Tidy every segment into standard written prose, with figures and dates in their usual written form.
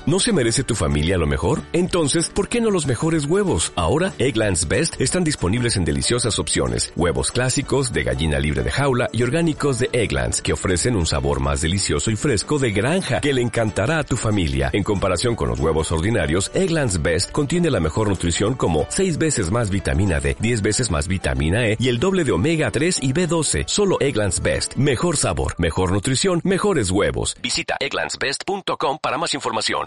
¿No se merece tu familia lo mejor? Entonces, ¿por qué no los mejores huevos? Ahora, Eggland's Best están disponibles en deliciosas opciones. Huevos clásicos, de gallina libre de jaula y orgánicos de Eggland's, que ofrecen un sabor más delicioso y fresco de granja que le encantará a tu familia. En comparación con los huevos ordinarios, Eggland's Best contiene la mejor nutrición como 6 veces más vitamina D, 10 veces más vitamina E y el doble de omega 3 y B12. Solo Eggland's Best. Mejor sabor, mejor nutrición, mejores huevos. Visita egglandsbest.com para más información.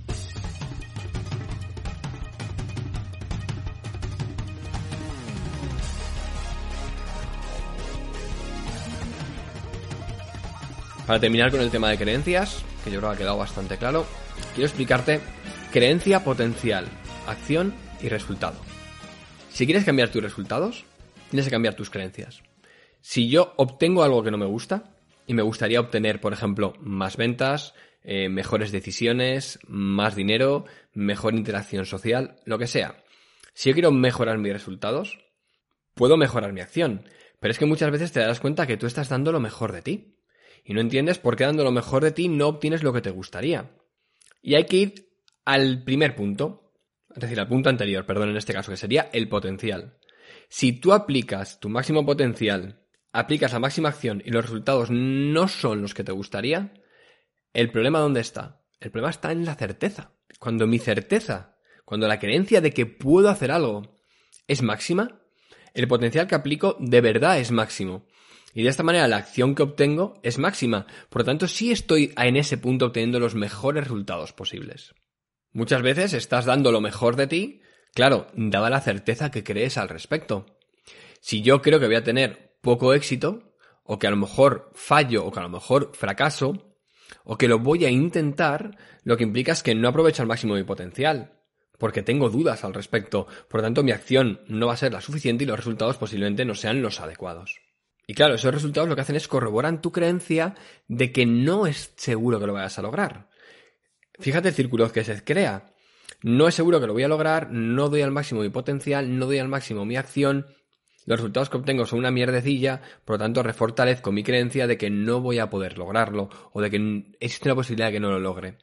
Para terminar con el tema de creencias, que yo creo que ha quedado bastante claro, quiero explicarte creencia potencial, acción y resultado. Si quieres cambiar tus resultados, tienes que cambiar tus creencias. Si yo obtengo algo que no me gusta, y me gustaría obtener, por ejemplo, más ventas, mejores decisiones, más dinero, mejor interacción social, lo que sea. Si yo quiero mejorar mis resultados, puedo mejorar mi acción, pero es que muchas veces te darás cuenta que tú estás dando lo mejor de ti. Y no entiendes por qué dando lo mejor de ti no obtienes lo que te gustaría. Y hay que ir al primer punto, es decir, al punto anterior, perdón, en este caso, que sería el potencial. Si tú aplicas tu máximo potencial, aplicas la máxima acción y los resultados no son los que te gustaría, ¿el problema dónde está? El problema está en la certeza. Cuando mi certeza, cuando la creencia de que puedo hacer algo es máxima, el potencial que aplico de verdad es máximo. Y de esta manera la acción que obtengo es máxima. Por lo tanto, sí estoy en ese punto obteniendo los mejores resultados posibles. Muchas veces estás dando lo mejor de ti, claro, dada la certeza que crees al respecto. Si yo creo que voy a tener poco éxito, o que a lo mejor fallo, o que a lo mejor fracaso, o que lo voy a intentar, lo que implica es que no aprovecho al máximo mi potencial, porque tengo dudas al respecto. Por lo tanto, mi acción no va a ser la suficiente y los resultados posiblemente no sean los adecuados. Y claro, esos resultados lo que hacen es corroboran tu creencia de que no es seguro que lo vayas a lograr. Fíjate el círculo que se crea. No es seguro que lo voy a lograr, no doy al máximo mi potencial, no doy al máximo mi acción, los resultados que obtengo son una mierdecilla, por lo tanto refortalezco mi creencia de que no voy a poder lograrlo o de que existe una posibilidad de que no lo logre.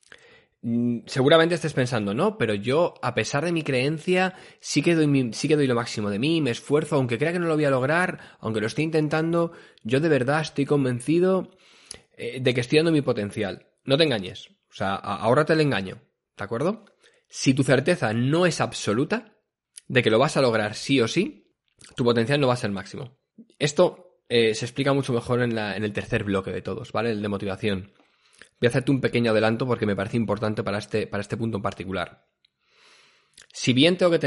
Seguramente estés pensando, no, pero yo, a pesar de mi creencia, sí que doy lo máximo de mí, me esfuerzo, aunque crea que no lo voy a lograr, aunque lo esté intentando, yo de verdad estoy convencido de que estoy dando mi potencial. No te engañes, o sea, ahórrate el engaño, ¿de acuerdo? Si tu certeza no es absoluta de que lo vas a lograr sí o sí, tu potencial no va a ser máximo. Esto se explica mucho mejor en el tercer bloque de todos, ¿vale? El de motivación. Voy a hacerte un pequeño adelanto porque me parece importante para este punto en particular. Si bien tengo que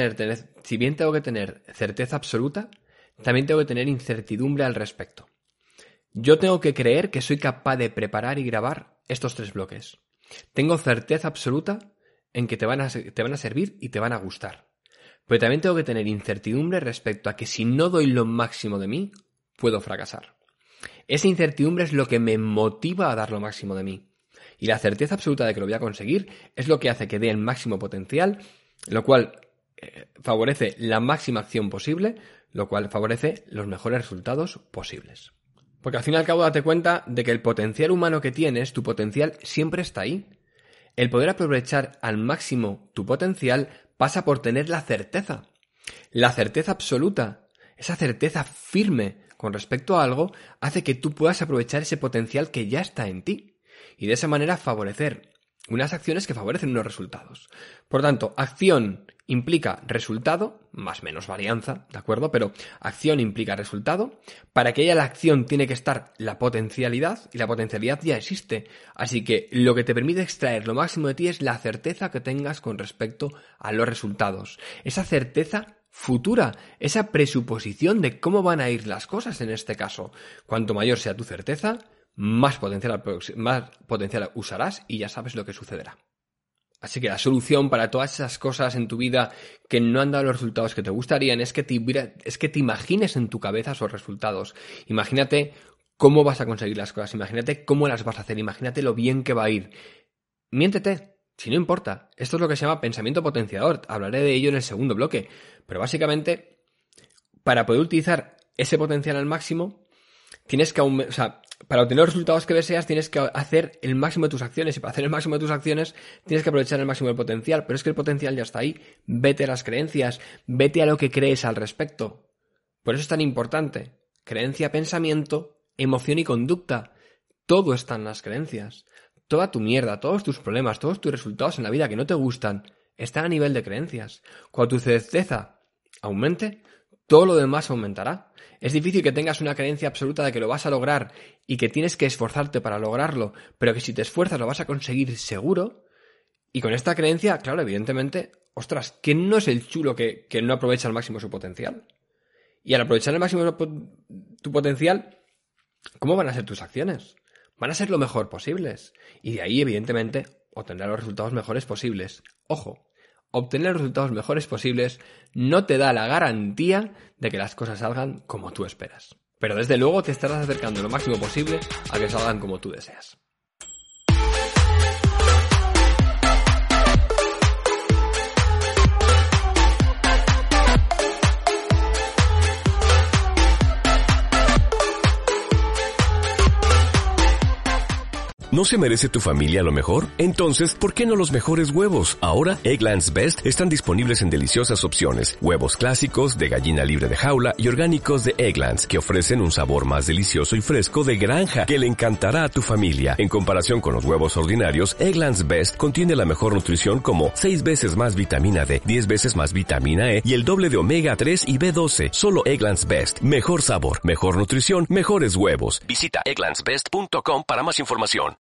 tener certeza absoluta, también tengo que tener incertidumbre al respecto. Yo tengo que creer que soy capaz de preparar y grabar estos 3 bloques. Tengo certeza absoluta en que te van a servir y te van a gustar. Pero también tengo que tener incertidumbre respecto a que si no doy lo máximo de mí, puedo fracasar. Esa incertidumbre es lo que me motiva a dar lo máximo de mí. Y la certeza absoluta de que lo voy a conseguir es lo que hace que dé el máximo potencial, lo cual favorece la máxima acción posible, lo cual favorece los mejores resultados posibles. Porque al fin y al cabo date cuenta de que el potencial humano que tienes, tu potencial siempre está ahí. El poder aprovechar al máximo tu potencial pasa por tener la certeza. La certeza absoluta, esa certeza firme con respecto a algo, hace que tú puedas aprovechar ese potencial que ya está en ti. Y de esa manera favorecer unas acciones que favorecen unos resultados. Por tanto, acción implica resultado, más o menos varianza, ¿de acuerdo? Pero acción implica resultado. Para que haya la acción tiene que estar la potencialidad, y la potencialidad ya existe. Así que lo que te permite extraer lo máximo de ti es la certeza que tengas con respecto a los resultados. Esa certeza futura, esa presuposición de cómo van a ir las cosas en este caso. Cuanto mayor sea tu certeza, más potencial usarás y ya sabes lo que sucederá. Así que la solución para todas esas cosas en tu vida que no han dado los resultados que te gustarían es que te imagines en tu cabeza esos resultados. Imagínate cómo vas a conseguir las cosas, imagínate cómo las vas a hacer, imagínate lo bien que va a ir. Miéntete, si no importa. Esto es lo que se llama pensamiento potenciador. Hablaré de ello en el segundo bloque. Pero básicamente, para poder utilizar ese potencial al máximo, tienes que para obtener los resultados que deseas tienes que hacer el máximo de tus acciones, y para hacer el máximo de tus acciones tienes que aprovechar el máximo del potencial, pero es que el potencial ya está ahí. Vete a las creencias, vete a lo que crees al respecto. Por eso es tan importante. Creencia, pensamiento, emoción y conducta. Todo está en las creencias. Toda tu mierda, todos tus problemas, todos tus resultados en la vida que no te gustan están a nivel de creencias. Cuando tu certeza aumente, todo lo demás aumentará. Es difícil que tengas una creencia absoluta de que lo vas a lograr y que tienes que esforzarte para lograrlo, pero que si te esfuerzas lo vas a conseguir seguro. Y con esta creencia, claro, evidentemente, ostras, ¿quién no es el chulo que no aprovecha al máximo su potencial? Y al aprovechar al máximo tu potencial, ¿cómo van a ser tus acciones? Van a ser lo mejor posibles. Y de ahí, evidentemente, obtendrás los resultados mejores posibles. Ojo, obtener los resultados mejores posibles no te da la garantía de que las cosas salgan como tú esperas. Pero desde luego te estarás acercando lo máximo posible a que salgan como tú deseas. ¿No se merece tu familia lo mejor? Entonces, ¿por qué no los mejores huevos? Ahora, Eggland's Best están disponibles en deliciosas opciones. Huevos clásicos, de gallina libre de jaula y orgánicos de Eggland's, que ofrecen un sabor más delicioso y fresco de granja que le encantará a tu familia. En comparación con los huevos ordinarios, Eggland's Best contiene la mejor nutrición como 6 veces más vitamina D, 10 veces más vitamina E y el doble de omega 3 y B12. Solo Eggland's Best. Mejor sabor, mejor nutrición, mejores huevos. Visita egglandsbest.com para más información.